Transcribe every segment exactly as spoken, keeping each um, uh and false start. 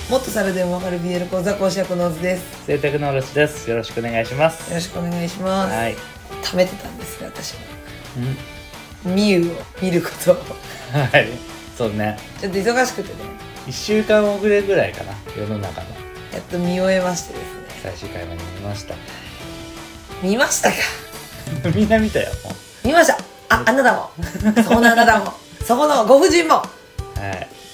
もっとさらでもわかる ビーエル 講座講師役のオズです。 生テクノロジーです。よろしくお願いします。 よろしくお願いします。 はい。 貯めてたんですよ、私は。 うん。 ミユを見ることをはい。そうね。 ちょっと忙しくてね、 いっしゅうかん遅れぐらいかな、世の中のやっと見終えましてですね。 最終回まで見ました。 見ましたか？ みんな見たよ、も見ました。あ、あなたもそこのあなたもそこのご婦人もう。はい。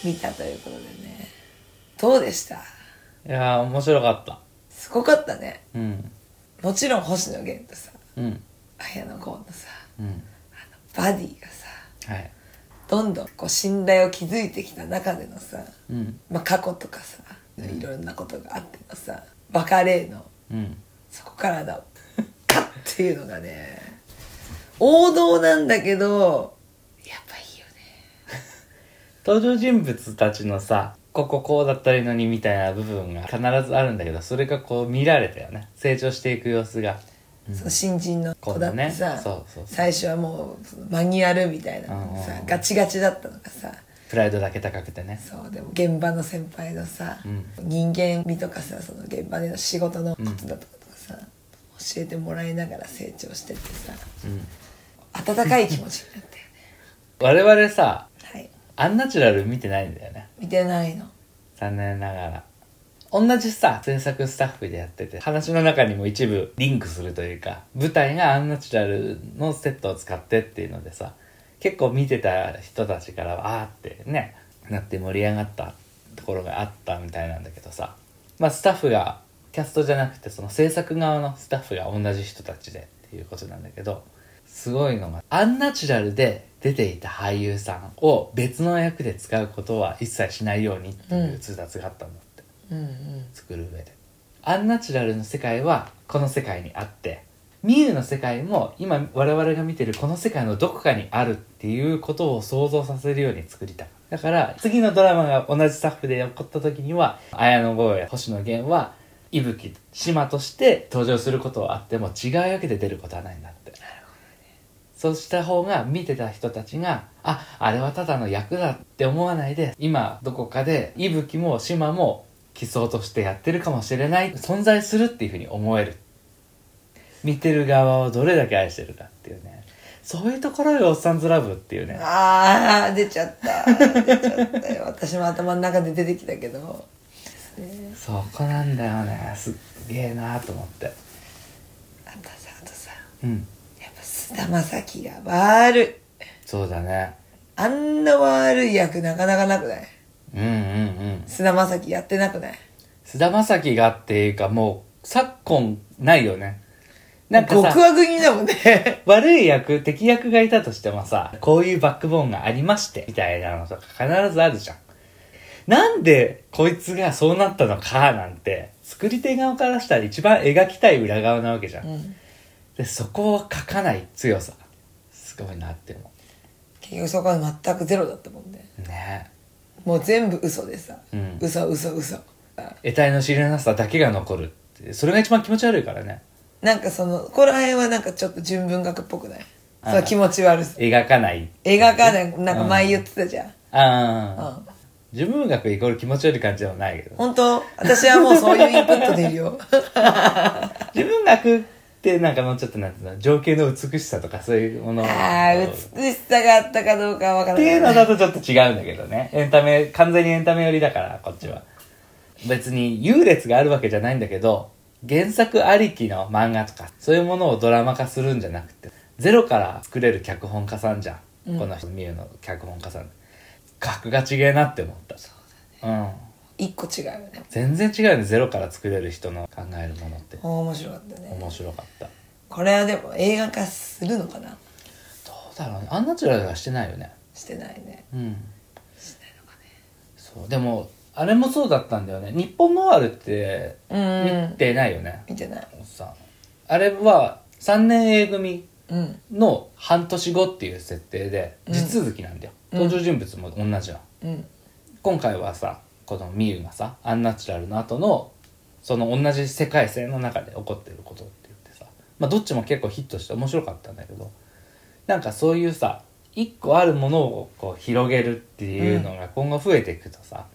見たということでね。どうでした？ いやー、面白かった。 すごかったね。 うん。 もちろん星野源とさ、 うん。 綾野剛のさ、 うん。 バディがさ、 はい。 どんどんこう信頼を築いてきた中でのさ、 うん。 まあ、過去とかさ、いろんなことがあってのさ、別れのうん。 そこからだカッっていうのがね、王道なんだけどやっぱいいよね。 登場人物たちのさ、こここうだったらいいのにみたいな部分が必ずあるんだけど、それがこう見られたよね。成長していく様子が。うん、 その新人の子だってさ、 ね、そうそうそう、 最初はもうそのマニュアルみたいなのさ、ガチガチだったのがさ、 プライドだけ高くてね。 そうでも現場の先輩のさ、うん、人間味とかさ、その現場での仕事のことだとかさ、うん、教えてもらいながら成長してってさ、うん、温かい気持ちになったよね。 我々さ、 はい、 アンナチュラル見てないんだよね。 見てないの。 残念ながら。同じさ、制作スタッフでやってて、話の中にも一部リンクするというか、舞台がアンナチュラルのセットを使ってっていうのでさ、結構見てた人たちからはあーってね、なって盛り上がったところがあったみたいなんだけどさ、まあスタッフが、キャストじゃなくてその制作側のスタッフが同じ人たちでっていうことなんだけど、すごいのが、アンナチュラルで出ていた俳優さんを別の役で使うことは一切しないようにっていう通達があったんだって、うんうんうん、作る上で。アンナチュラルの世界はこの世界にあって、ミユの世界も今我々が見てるこの世界のどこかにあるっていうことを想像させるように作りたい。だから次のドラマが同じスタッフで起こった時には、綾野剛や星野源は伊吹島として登場することはあっても違う役で出ることはないんだって。なるほどね。そうした方が見てた人たちが、あ、あれはただの役だって思わないで、今どこかで伊吹も島も奇想としてやってるかもしれない、存在するっていうふうに思える。見てる側をどれだけ愛してるかっていうね、そういうところよ、おっさんずラブっていうね。 あー、出ちゃった出ちゃったよ。私も頭の中で出てきたけど、 ね、そこなんだよね。すっげえなと思って。 あとさ、あとさ、 うん、 やっぱ菅田将暉が悪い。 そうだね。 あんな悪い役なかなかなくない？ うんうんうん。 菅田将暉やってなくない？ 菅田将暉がっていうか、もう昨今ないよね。なんかさ、 極悪人だもんね。 悪い役、敵役がいたとしてもさ、こういうバックボーンがありまして、みたいなのとか必ずあるじゃん。なんでこいつがそうなったのかなんて、作り手側からしたら一番描きたい裏側なわけじゃん。うん、で、そこを書かない強さ。すごいなって思う。 結局そこは全くゼロだったもんね。 ね。 もう全部嘘でさ、うん、嘘嘘嘘。 得体の知れなさだけが残るって。それが一番気持ち悪いからね。 なんかその、ここら辺はなんかちょっと純文学っぽくない？その気持ち悪さ。 描かない。 描かない。なんか前言ってたじゃん。 ああ。うん。純文学イコール気持ち悪い感じではないけど。 本当？私はもうそういうインプットでいるよ。 純文学ってなんかもうちょっとなんていうの、情景の美しさとかそういうもの。 ああ、美しさがあったかどうかは分からない。 っていうのだとちょっと違うんだけどね。エンタメ、完全にエンタメ寄りだから、こっちは。別に優劣があるわけじゃないんだけど、原作ありきの漫画とか、そういうものをドラマ化するんじゃなくて、ゼロから作れる脚本家さんじゃん。うん、この人、ミユの脚本家さん。格が違えなって思った。そうだね。 うん。一個違うよね。 全然違うよね、ゼロから作れる人の考えるものって。 面白かったね。 面白かった。 これはでも映画化するのかな？どうだろうね。アンナチュラルはしてないよね。 してないね。 うん。してないのかね。そう。でも、あれもそうだったんだよね。日本ノワールって見てないよね。 見てない。 さあれはさんねん A 組の半年後っていう設定で地続きなんだよ。うん、登場人物も同じなの、うん。今回はさ、このミユがさ、アンナチュラルの後のその同じ世界線の中で起こってることって言ってさ、まあどっちも結構ヒットして面白かったんだけど、なんかそういうさ、一個あるものをこう広げるっていうのが今後増えていくとさ、ち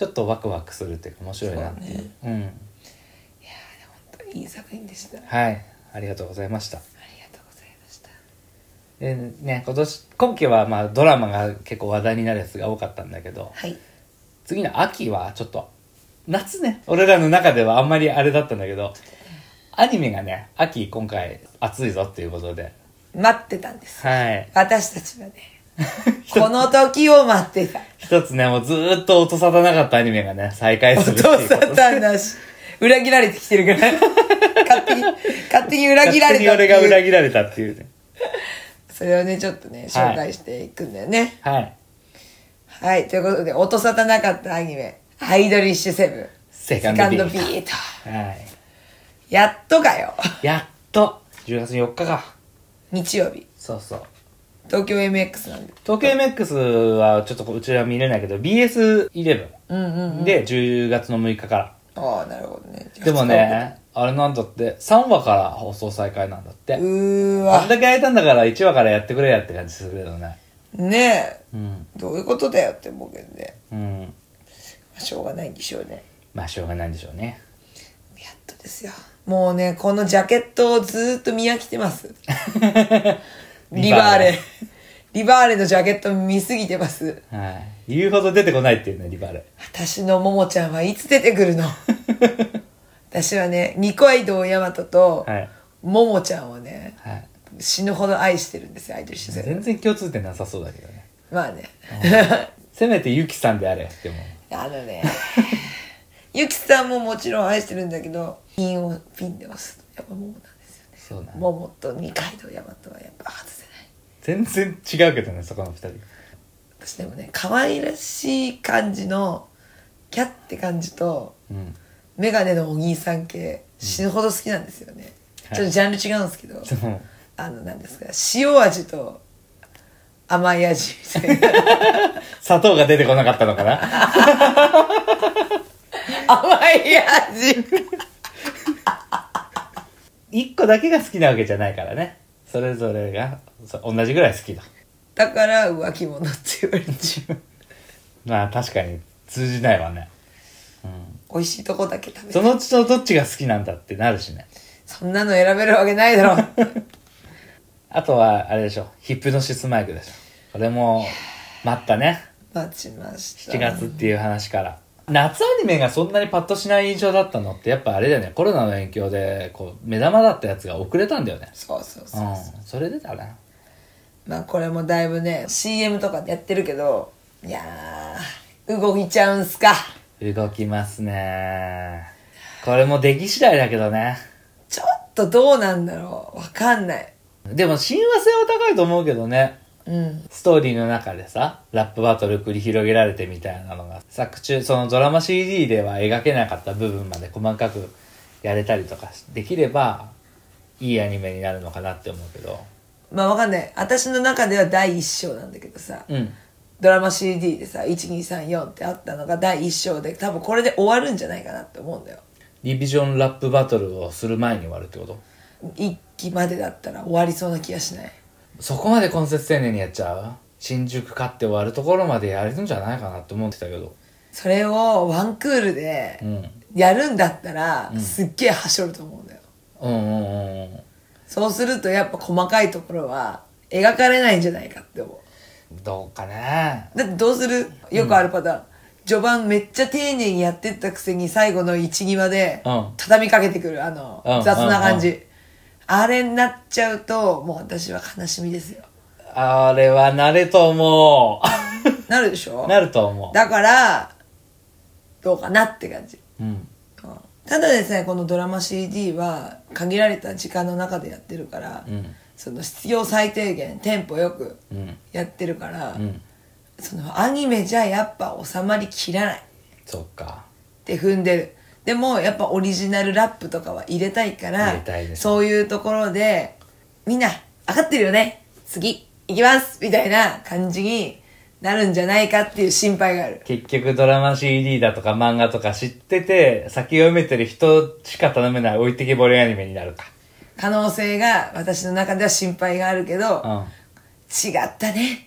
ちょっとワクワクするっていうか面白いなっていう。 そうね、 うん。いやー、 本当いい作品でした。 はい、ありがとうございました。 ありがとうございました。 でね、今年今期はまあドラマが結構話題になるやつが多かったんだけど、 はい。 次の秋はちょっと夏ね、俺らの中ではあんまりあれだったんだけど、アニメがね、秋今回暑いぞっていうことで、 待ってたんです。 はい。 私たちはね、この時を待ってた。 一つね、もうずーっと音沙汰なかったアニメがね、再開するっていうことで。 音沙汰なし。裏切られてきてるから。勝手に、勝手に裏切られたっていう。 勝手に俺が裏切られたっていうね。 それをね、ちょっとね、紹介していくんだよね。 はい。 はい、ということで、音沙汰なかったアニメ、アイドリッシュセブン。 セカンドビート。 セカンドビート。 はい。 やっとかよ。 やっと、じゅうがつよっかか。 日曜日。 そうそう。 東京 エムエックス なんで。 東京 エムエックス はちょっとうちは見れないけど、ビーエスイレブンうんうんうん。 でじゅうがつのむいかから。 ああ、なるほどね。 でもね、あれなんだって、さんわから放送再開なんだって。 うーわ。 あんだけ空いたんだからいちわからやってくれやって感じするけどね。 ねえ。 うん。 どういうことだよって思うけどね。 うん。 まあ、しょうがないんでしょうね。 まあしょうがないんでしょうね。 やっとですよ。もうね、このジャケットをずーっと見飽きてます。リバーレ。リバーレのジャケット見すぎてます。 はい。言うほど出てこないっていうね、リバーレ。 私のももちゃんはいつ出てくるの私はね、二階堂大和と、 はい。 ももちゃんをね、 はい。 死ぬほど愛してるんですよ、アイドル自然。 全然共通点なさそうだけどね。 まあね。 せめてゆきさんであれって思う。 あのね、ゆきさんももちろん愛してるんだけど、ピンをピンで押すとやっぱももなんですよね。 そうなんだ。 ももと二階堂大和はやっぱ外せない。 全然違うけどね、そこの二人。 私でもね、可愛らしい感じのキャッて感じと、 うん。 メガネのお兄さん系死ぬほど好きなんですよね、 はい、 ちょっとジャンル違うんですけど、 そう。 あの何ですか、塩味と甘い味みたいな砂糖が出てこなかったのかな甘い味一個だけが好きなわけじゃないからね。それぞれが同じぐらい好きだ。 だから浮気者って言われちゃうまあ確かに通じないわね。うん。 美味しいとこだけ食べて、 そのうちのどっちが好きなんだってなるしね。 そんなの選べるわけないだろあとはあれでしょ、ヒップノシスマイクでしょ。これも待ったね。 待ちました。 しちがつっていう話から。夏アニメがそんなにパッとしない印象だったのってやっぱあれだよね、コロナの影響でこう目玉だったやつが遅れたんだよね。 そうそうそうそう、 うん、それでだな。 まあこれもだいぶね シーエム とかでやってるけど、いやー動いちゃうんすか。 動きますね。これも出来次第だけどね。 ちょっとどうなんだろう、わかんない。 でも親和性は高いと思うけどね。 うん。 ストーリーの中でさ、ラップバトル繰り広げられてみたいなのが、作中、そのドラマ シーディー では描けなかった部分まで細かくやれたりとかできれば、いいアニメになるのかなって思うけど。 まあわかんない。私の中ではだいいっ章なんだけどさ、 うん。 ドラマ シーディー でさ、いちにさんよんってあったのがだいいっ章で、多分これで終わるんじゃないかなって思うんだよ。 ディビジョンラップバトルをする前に終わるってこと？ いっきまでだったら終わりそうな気がしない？ そこまで根節丁寧にやっちゃう？新宿勝って終わるところまでやれるんじゃないかなって思ってたけど。 それをワンクールでやるんだったら、うん、すっげえはしょると思うんだよ。 うんうんうんうん。 そうするとやっぱ細かいところは描かれないんじゃないかって思う。 どうかね。 だってどうする？よくあるパターン、うん、序盤めっちゃ丁寧にやってったくせに最後のいち、にわで畳みかけてくるあの、うん、雑な感じ、うんうんうん、あれになっちゃうともう私は悲しみですよ。 あれはなると思うなるでしょ。 なると思う。 だからどうかなって感じ、 うん、 ただですね、このドラマ シーディー は限られた時間の中でやってるから、うん、その必要最低限テンポよくやってるから、うん、そのアニメじゃやっぱ収まりきらない、 そっかって踏んでる。でもやっぱオリジナルラップとかは入れたいから、 入れたいです、 そういうところでみんな分かってるよね、次行きますみたいな感じになるんじゃないかっていう心配がある。 結局ドラマ シーディー だとか漫画とか知ってて先読めてる人しか頼めない置いてけぼりアニメになるか可能性が私の中では心配があるけど、うん、違ったね、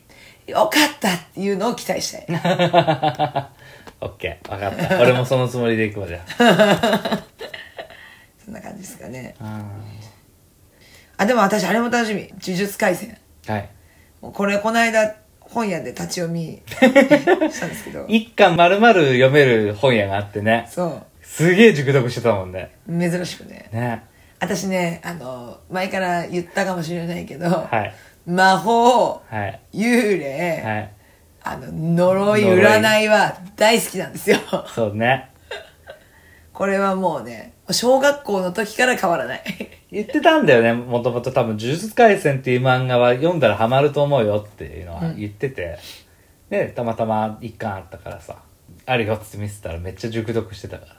よかったっていうのを期待したい。 オッケー、分かった。俺もそのつもりでいくわじゃあ。 そんな感じですかね。 ああ、でも私あれも楽しみ。呪術廻戦。 はい。 もうこれこの間本屋で立ち読みしたんですけど。 一巻丸々読める本屋があってね。 そう。 すげえ熟読してたもんね。 珍しくね。 ね。 私ね、あの、前から言ったかもしれないけど、 はい。 魔法、 はい。 幽霊、 はい。 あの、呪い、占いは大好きなんですよ。 そうね。 これはもうね、小学校の時から変わらない。 言ってたんだよね。もともと多分、呪術廻戦っていう漫画は読んだらハマると思うよっていうのは言ってて、うん、で、たまたま一巻あったからさ、あるよって見せたらめっちゃ熟読してたから。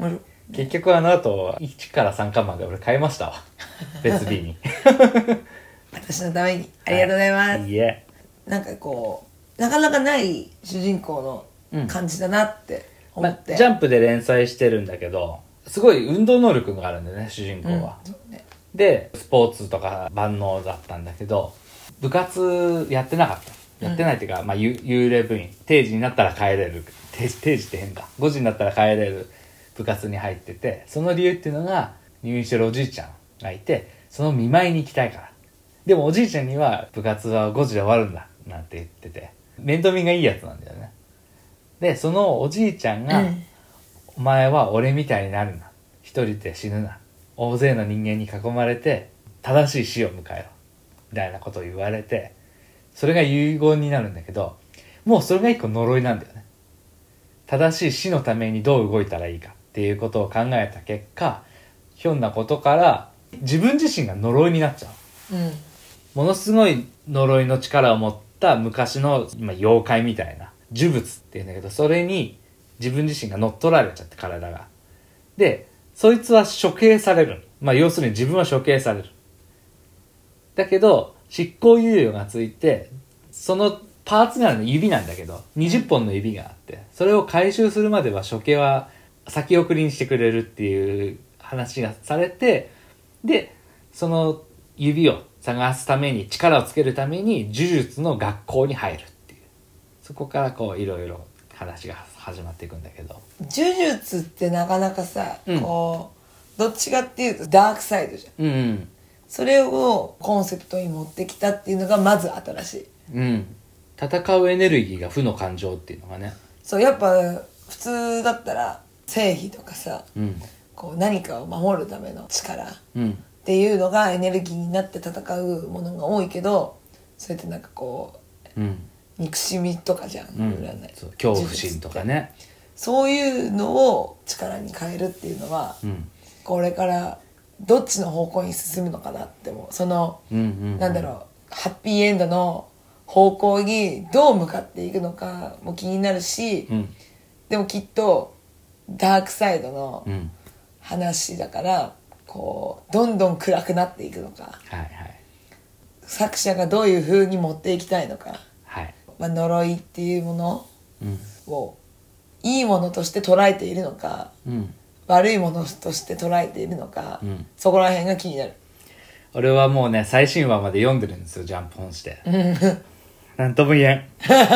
結局あの後、いちからさん巻まで俺買いましたわ。別日に。 私のために。ありがとうございます。はい、 いいえ。 なんかこう、なかなかない主人公の感じだなって思って、 うんまあ、ジャンプで連載してるんだけど、すごい運動能力があるんだよね、主人公は。うんね、で、スポーツとか万能だったんだけど、部活やってなかった。やってないっていうか、うん、まあ、幽霊部員。定時になったら帰れる。定時、定時って変か。ごじになったら帰れる部活に入ってて、その理由っていうのが、入院してるおじいちゃんがいて、その見舞いに行きたいから。でもおじいちゃんには部活はごじで終わるんだ、なんて言ってて、面倒見がいいやつなんだよね。で、そのおじいちゃんが、うん、お前は俺みたいになるな。一人で死ぬな。大勢の人間に囲まれて、正しい死を迎えろ。みたいなことを言われて、それが遺言になるんだけど、もうそれが一個呪いなんだよね。正しい死のためにどう動いたらいいかっていうことを考えた結果、ひょんなことから自分自身が呪いになっちゃう。うん、ものすごい呪いの力を持った昔の今妖怪みたいな呪物っていうんだけど、それに自分自身が乗っ取られちゃって、体が。で、そいつは処刑される。まあ要するに自分は処刑される。だけど、執行猶予がついて、そのパーツがあるの指なんだけど、にじゅっぽんの指があって、それを回収するまでは処刑は先送りにしてくれるっていう話がされて、で、その指を探すために、力をつけるために呪術の学校に入るっていう。そこからこういろいろ話が始まっていくんだけど。 呪術ってなかなかさ、うん、こう、どっちかっていうとダークサイドじゃん。うんうん。それをコンセプトに持ってきたっていうのがまず新しい。 うん。戦うエネルギーが負の感情っていうのがね。 そう、やっぱ普通だったら正義とかさ、うん、こう何かを守るための力っていうのがエネルギーになって戦うものが多いけど、それってなんかこう、うん、憎しみとかじゃん、うん、占い。 そう、恐怖心とかね。 そういうのを力に変えるっていうのは、うん、これからどっちの方向に進むのかなって思う。その、うんうんうん、なんだろう、ハッピーエンドの方向にどう向かっていくのかも気になるし、うん、でもきっとダークサイドの話だから、うん、こうどんどん暗くなっていくのか、はいはい、作者がどういう風に持っていきたいのか、はいまあ、呪いっていうものをいいものとして捉えているのか、うん、悪いものとして捉えているのか、うん、そこら辺が気になる。 俺はもうね最新話まで読んでるんですよ、ジャンプ本してなんとも言えん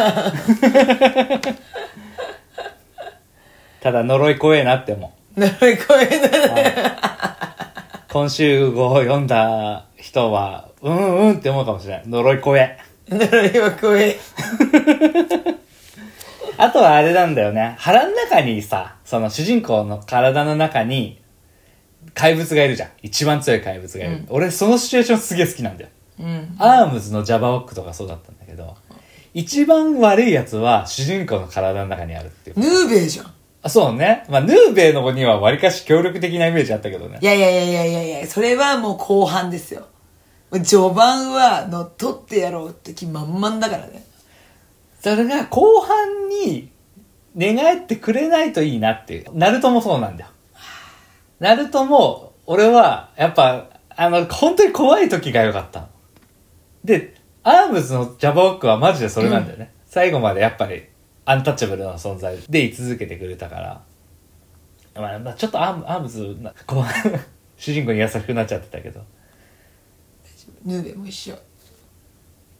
ただ呪い怖えなって思う。呪い怖えな、ね、 今週号を読んだ人はうんうんって思うかもしれない。呪い怖え。 呪いは怖えあとはあれなんだよね、腹の中にさ、その主人公の体の中に怪物がいるじゃん。一番強い怪物がいる、うん、俺そのシチュエーションすげえ好きなんだよ、うん、アームズのジャバオックとかそうだったんだけど、うん、一番悪いやつは主人公の体の中にあるっていう。 ヌーベイじゃん。 あ、そうね。まあヌーベイの子にはわりかし協力的なイメージあったけどね。 いやいやいやいやいやいや、それはもう後半ですよ。序盤は乗っ取ってやろうって気満々だからね。 それが後半に寝返ってくれないといいなっていう。ナルトもそうなんだよ。ナルトも俺はやっぱあの本当に怖い時が良かったので、アームズのジャバオックはマジでそれなんだよね、うん、最後までやっぱりアンタッチャブルな存在で居続けてくれたから、まあ、まあちょっとアーム、アームズなこう主人公に優しくなっちゃってたけど、 ヌーベも一緒。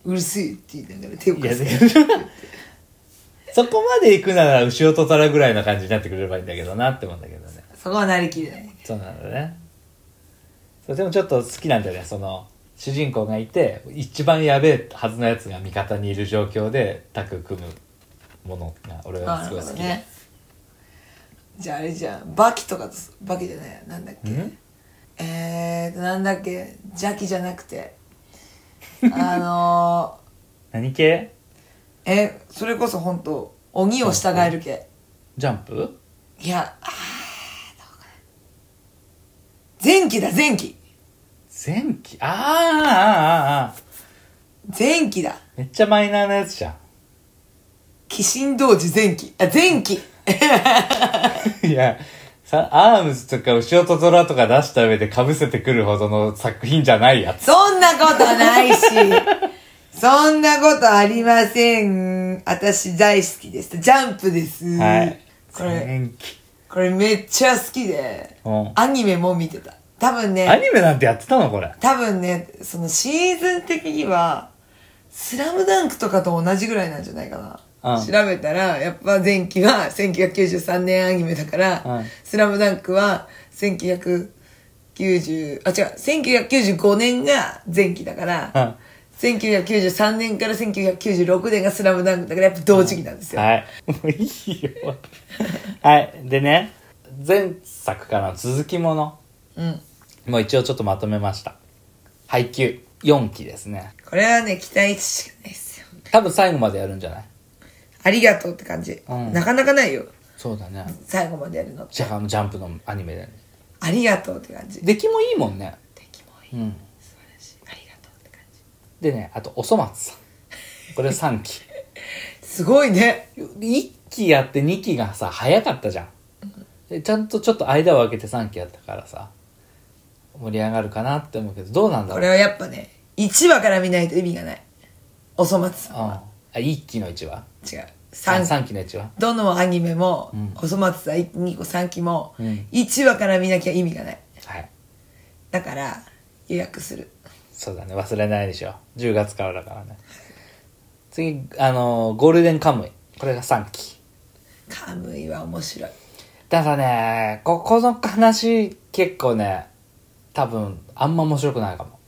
うるせえって言いながら手をいや貸ですそこまで行くなら牛尾と虎ぐらいの感じになってくれればいいんだけどなって思うんだけどね。 そこはなりきれない。 そうなんだね。そうでもちょっと好きなんだよね。その主人公がいて一番やべえはずのやつが味方にいる状況でタッグ組むものが俺はすごい好きで、 ね、じゃああれじゃんバキとかとバキじゃないやなんだっけえーとなんだっけ邪気じゃなくてあのー、何系？ えそれこそ本当鬼を従える系。 ジャンプ？ いやあーどうかな前期だ前期前期あーあーあーあー前期だめっちゃマイナーなやつじゃん。 鬼神童子前期あ前期いやさアームズとか牛尾と虎とか出した上で被せてくるほどの作品じゃないやつ。 そんなことないしそんなことありません。私大好きです。ジャンプです。 はい。 これ前期これめっちゃ好きで、 うん、 アニメも見てた。多分ねアニメなんてやってたのこれ。 多分ねそのシーズン的にはスラムダンクとかと同じぐらいなんじゃないかな。うん、調べたらやっぱ前期はせんきゅうひゃくきゅうじゅうさんねんアニメだから、うん、スラムダンクはせんきゅうひゃくきゅうじゅうあ違うせんきゅうひゃくきゅうじゅうごねんが前期だから、うん、せんきゅうひゃくきゅうじゅうさんねんからせんきゅうひゃくきゅうじゅうろくねんがスラムダンクだからやっぱ同時期なんですよ、 うん、はいもういいよはいでね前作からの続きもの、うん、もう一応ちょっとまとめました。配給よんきですね。 これはね期待しかないですよ。 多分最後までやるんじゃない？ ありがとうって感じ、うん、なかなかないよ。 そうだね最後までやるのってじゃあジャンプのアニメで、ね、 ありがとうって感じ。 出来もいいもんね。 出来もいい、うん、素晴らしいありがとうって感じでね。あとおそ松さんこれさんきすごいね。 いっきやってにきがさ早かったじゃん、うん、ちゃんとちょっと間を空けてさんきやったからさ盛り上がるかなって思うけどどうなんだろう。 これはやっぱねいちわから見ないと意味がない。おそ松さんは、 うんあいっきのいちわ違う 3, 3期のいちわどのアニメも、うん、おそ松さんにこさんきも、うん、いちわから見なきゃ意味がない、はい、だから予約する。 そうだね忘れないでしょじゅうがつからだからね。次あのゴールデンカムイこれがさんき。 カムイは面白い。 ただねここの話結構ね多分あんま面白くないかも。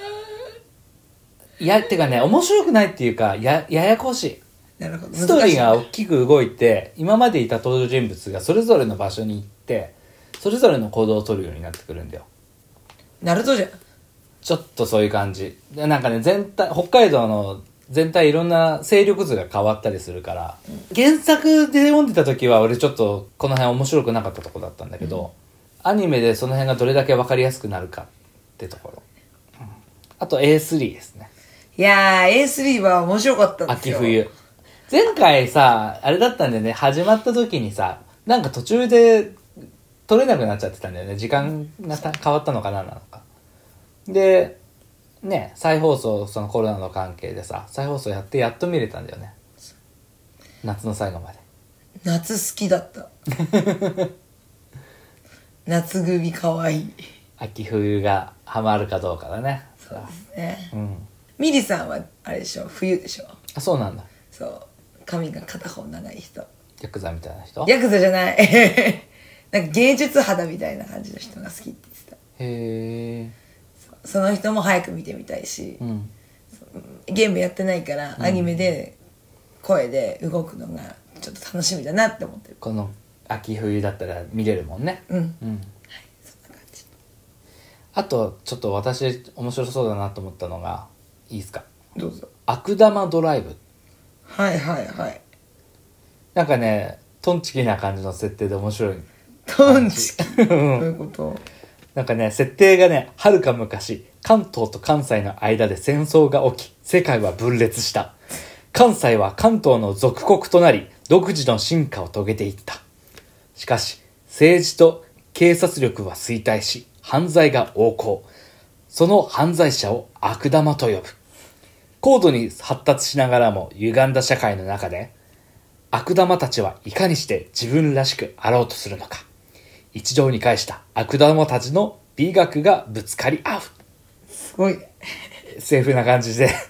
いやてかね面白くないっていうか や, ややこしい。 なるほど。 ストーリーが大きく動いて今までいた登場人物がそれぞれの場所に行ってそれぞれの行動を取るようになってくるんだよ。 ナルトじゃん。 ちょっとそういう感じでなんかね全体北海道の全体いろんな勢力図が変わったりするから、うん、原作で読んでた時は俺ちょっとこの辺面白くなかったとこだったんだけど、うん、アニメでその辺がどれだけ分かりやすくなるかってところ、うん、あと エースリー ですね。 いやー エースリー は面白かったんですよ。 秋冬前回さあれだったんだよね。始まった時にさなんか途中で撮れなくなっちゃってたんだよね。時間が変わったのかななのかでね再放送そのコロナの関係でさ再放送やってやっと見れたんだよね夏の最後まで。 夏好きだった夏組かわいい。 秋冬がハマるかどうかだね。 そうですね、 うん、 ミリさんはあれでしょ冬でしょ。 あそうなんだ。 そう髪が片方長い人ヤクザみたいな人。 ヤクザじゃないなんか芸術肌みたいな感じの人が好きって言ってた。 へえ。 そ, その人も早く見てみたいし、うん、ゲームやってないから、うん、アニメで声で動くのがちょっと楽しみだなって思ってる。 この秋冬だったら見れるもんね。うん、うん、はいそんな感じ。あとちょっと私面白そうだなと思ったのがいいですか。 どうぞ。 悪玉ドライブ。 はいはいはい。 なんかねトンチキな感じの設定で面白い。 トンチキどういうこと。 なんかね設定がね遥か昔関東と関西の間で戦争が起き世界は分裂した。関西は関東の属国となり独自の進化を遂げていった。しかし政治と警察力は衰退し犯罪が横行。その犯罪者を悪玉と呼ぶ。高度に発達しながらも歪んだ社会の中で悪玉たちはいかにして自分らしくあろうとするのか。一堂に会した悪玉たちの美学がぶつかり合う。 すごいね。 セーフな感じで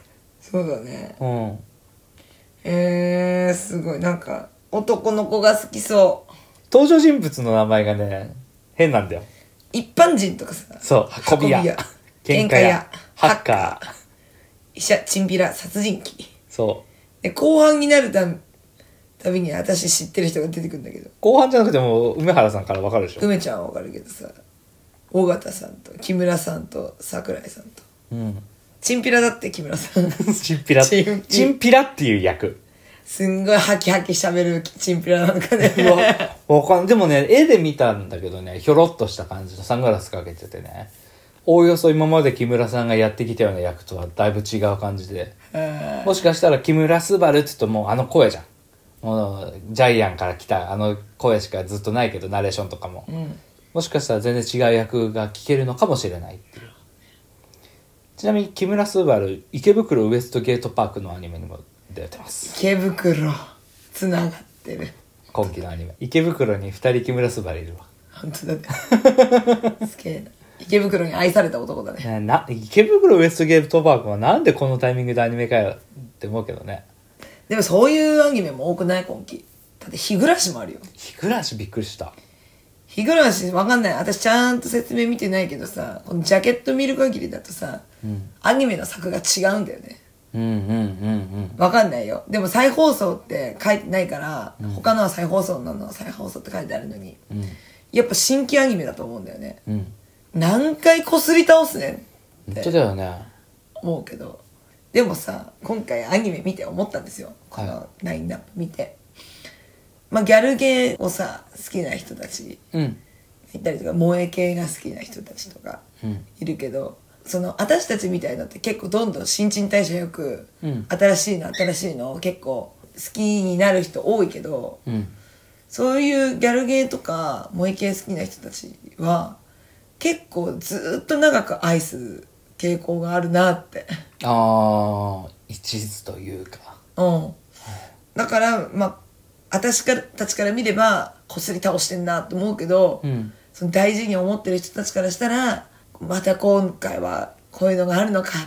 そうだね。 うんえー、すごいなんか男の子が好きそう。 登場人物の名前がね変なんだよ。 一般人とかさ、 そう運び屋喧嘩屋ハッカー医者チンピラ殺人鬼そうで後半になるたたびに私知ってる人が出てくるんだけど、 後半じゃなくても梅原さんから分かるでしょ。 梅ちゃんはわかるけどさ、尾形さんと木村さんと桜井さんとうんチンピラだって木村さんチンピラチンピチンピラっていう役。 すんごいハキハキ喋るチンピラなんかねいやわかんでもね絵で見たんだけどねひょろっとした感じのサングラスかけててね、おおよそ今まで木村さんがやってきたような役とはだいぶ違う感じで、もしかしたら木村昴って言うともうあの声じゃん、もうジャイアンから来たあの声しかずっとないけどナレーションとかも、うん、もしかしたら全然違う役が聞けるのかもしれないっていう。ちなみに木村昴池袋ウエストゲートパークのアニメにも出てます。 池袋つながってる。 今期のアニメ池袋にふたり木村昴いるわ。 本当だねすげえな。池袋に愛された男だね。 な池袋ウエストゲートパークはなんでこのタイミングでアニメかよって思うけどね。 でもそういうアニメも多くない今期。だって日暮らしもあるよ。 日暮らしびっくりした。 日暮らしわかんない。私ちゃんと説明見てないけどさ、このジャケット見る限りだとさ、うん、アニメの作が違うんだよね。 うんうんうんうんわかんないよ。でも再放送って書いてないから、うん、他のは再放送なのは再放送って書いてあるのに、うん、やっぱ新規アニメだと思うんだよね、うん、何回こすり倒すねんって本当だよね思うけど、でもさ今回アニメ見て思ったんですよ。このラインナップ見て、はい、まあギャルゲーをさ好きな人たち、うん、いたりとか萌え系が好きな人たちとかいるけど、うんその私たちみたいのって結構どんどん新陳代謝よく、うん、新しいの新しいのを結構好きになる人多いけど、うん、そういうギャルゲーとか萌え系好きな人たちは結構ずっと長く愛す傾向があるなって。 ああ一途というか、 うん、だからまあ私からたちから見ればこすり倒してんなと思うけど、うん、その大事に思ってる人たちからしたらまた今回はこういうのがあるのかって、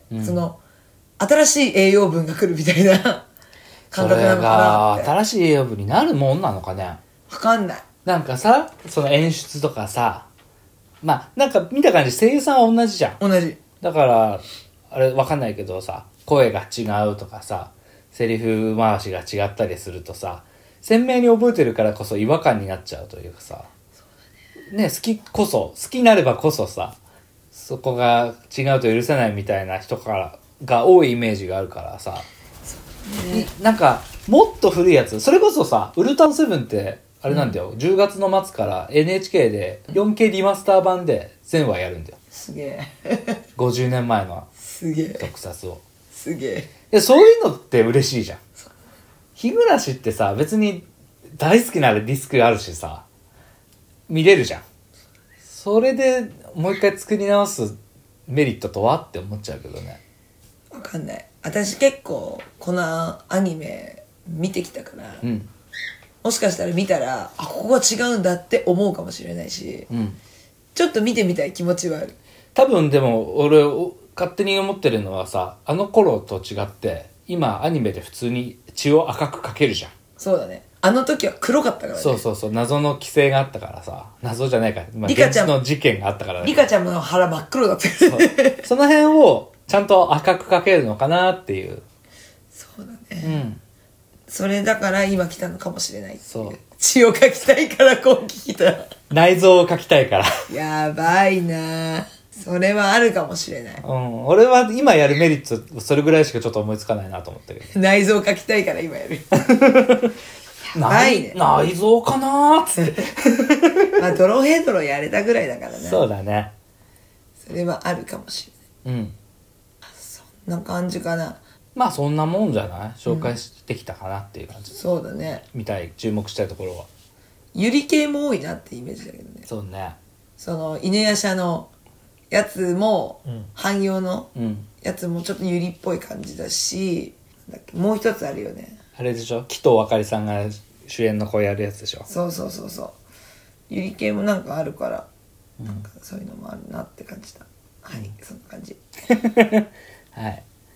うん、その新しい栄養分が来るみたいな感覚なのかなって。 それが新しい栄養分になるもんなのかね。 わかんない。 なんかさその演出とかさ、まあなんか見た感じ声優さんは同じじゃん。 同じだからあれわかんないけどさ声が違うとかさセリフ回しが違ったりするとさ鮮明に覚えてるからこそ違和感になっちゃうというかさね、好きこそ好きになればこそさそこが違うと許せないみたいな人からが多いイメージがあるからさ、ね、なんかもっと古いやつそれこそさウルトラセブンってあれなんだよ、うん、じゅうがつの末から エヌエイチケー で よんケー リマスター版で全話やるんだよ。 すげえごじゅうねんまえのすげえ特撮をすげえでそういうのって嬉しいじゃん。日暮らしってさ別に大好きならディスクあるしさ見れるじゃん。それでもう一回作り直すメリットとはって思っちゃうけどね。 わかんない。私結構このアニメ見てきたから、うん、もしかしたら見たらあここが違うんだって思うかもしれないし、うん、ちょっと見てみたい気持ちはある。 多分でも俺勝手に思ってるのはさあの頃と違って今アニメで普通に血を赤く描けるじゃん。 そうだね。あの時は黒かったからね。 そうそうそう謎の規制があったからさ謎じゃないか、まあ、リカちゃんの事件があったからね。 リカちゃんの腹真っ黒だったからね。その辺をちゃんと赤く描けるのかなっていう。 そうだね、うん、それだから今来たのかもしれないっていう。そう血を描きたいから今期来た。 内臓を描きたいからやばいなそれはあるかもしれない、 うん、俺は今やるメリットそれぐらいしかちょっと思いつかないなと思ったけど内臓描きたいから今やるやばいね。 内臓かなーっつってまあドロヘドロやれたぐらいだからね。 そうだねそれはあるかもしれない。うんそんな感じかな。 まあそんなもんじゃない紹介してきたかなっていう感じ、 うん、そうだね。 見たい注目したいところはゆり系も多いなってイメージだけどね。 そうね。 その犬夜叉のやつも、うん、汎用のやつもちょっとゆりっぽい感じだし、だっけもう一つあるよね。あれでしょ紀藤あかりさんが主演の子やるやつでしょ。 そうそうそうそうゆり系もなんかあるから、うん、なんかそういうのもあるなって感じだ。はい、うん、そんな感じはい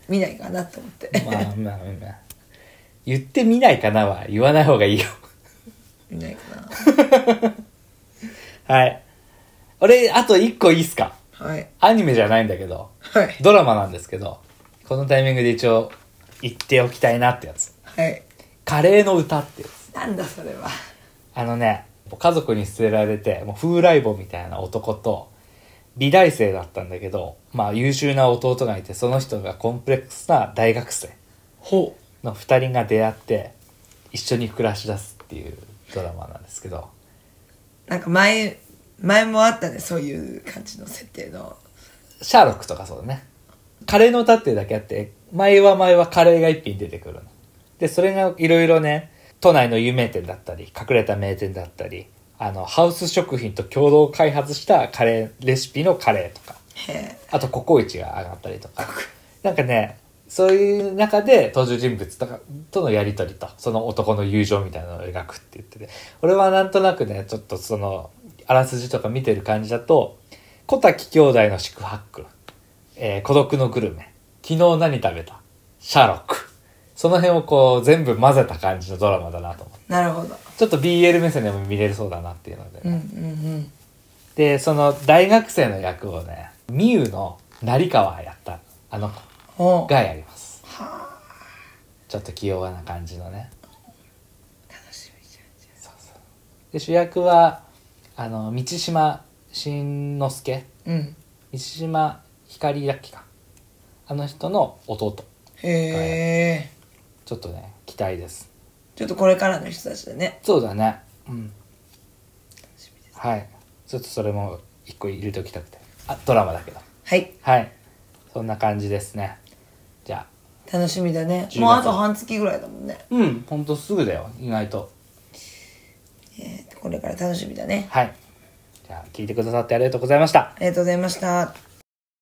見ないかなと思ってまあまあまあ言ってみないかなは言わない方がいいよ見ないかなはい俺あと一個いいっすか。 はいアニメじゃないんだけど、 はい、 ドラマなんですけど、このタイミングで一応言っておきたいなってやつ。 はい、 カレーの歌ってやつ。 なんだそれは。 あのね、家族に捨てられてもう風来坊みたいな男と美大生だったんだけど、まあ優秀な弟がいて、その人がコンプレックスな大学生の二人が出会って一緒に暮らし出すっていうドラマなんですけど、 なんか前前もあったね、そういう感じの設定の。 シャーロックとかそうだね。カレーの歌っていうだけあって、前は前はカレーが一品出てくるので、それがいろいろね、都内の有名店だったり隠れた名店だったり、あのハウス食品と共同開発したカレーレシピのカレーとか、あとココイチが上がったりとかなんかね、そういう中で登場人物とかとのやり取りとその男の友情みたいなのを描くって言ってて、俺はなんとなくね、ちょっとそのあらすじとか見てる感じだと、小滝兄弟の宿泊、えー、孤独のグルメ、昨日何食べた、シャーロック、その辺をこう全部混ぜた感じのドラマだなと思って。 なるほど。 ちょっと ビーエル 目線でも見れるそうだなっていうので、 ね、うんうんうん。 でその大学生の役をね、みゆの成川やったあの子がやります。はあ、ちょっと気弱な感じのね。 楽しみじゃんじゃん。 そうそう。で主役はあの満島真之介、うん、満島ひかりだっけか、あの人の弟。へえ。ちょっとね期待です。 ちょっとこれからの人たちだね。 そうだね。うん。楽しみです。はい。ちょっとそれも一個入れておきたくて。あ、ドラマだけど。 はい。 はい。そんな感じですね。じゃあ。楽しみだね。もうあと半月ぐらいだもんね。 うん。ほんとすぐだよ。意外と。 えーと、これから楽しみだね。 はい。じゃあ聞いてくださってありがとうございました。 ありがとうございました。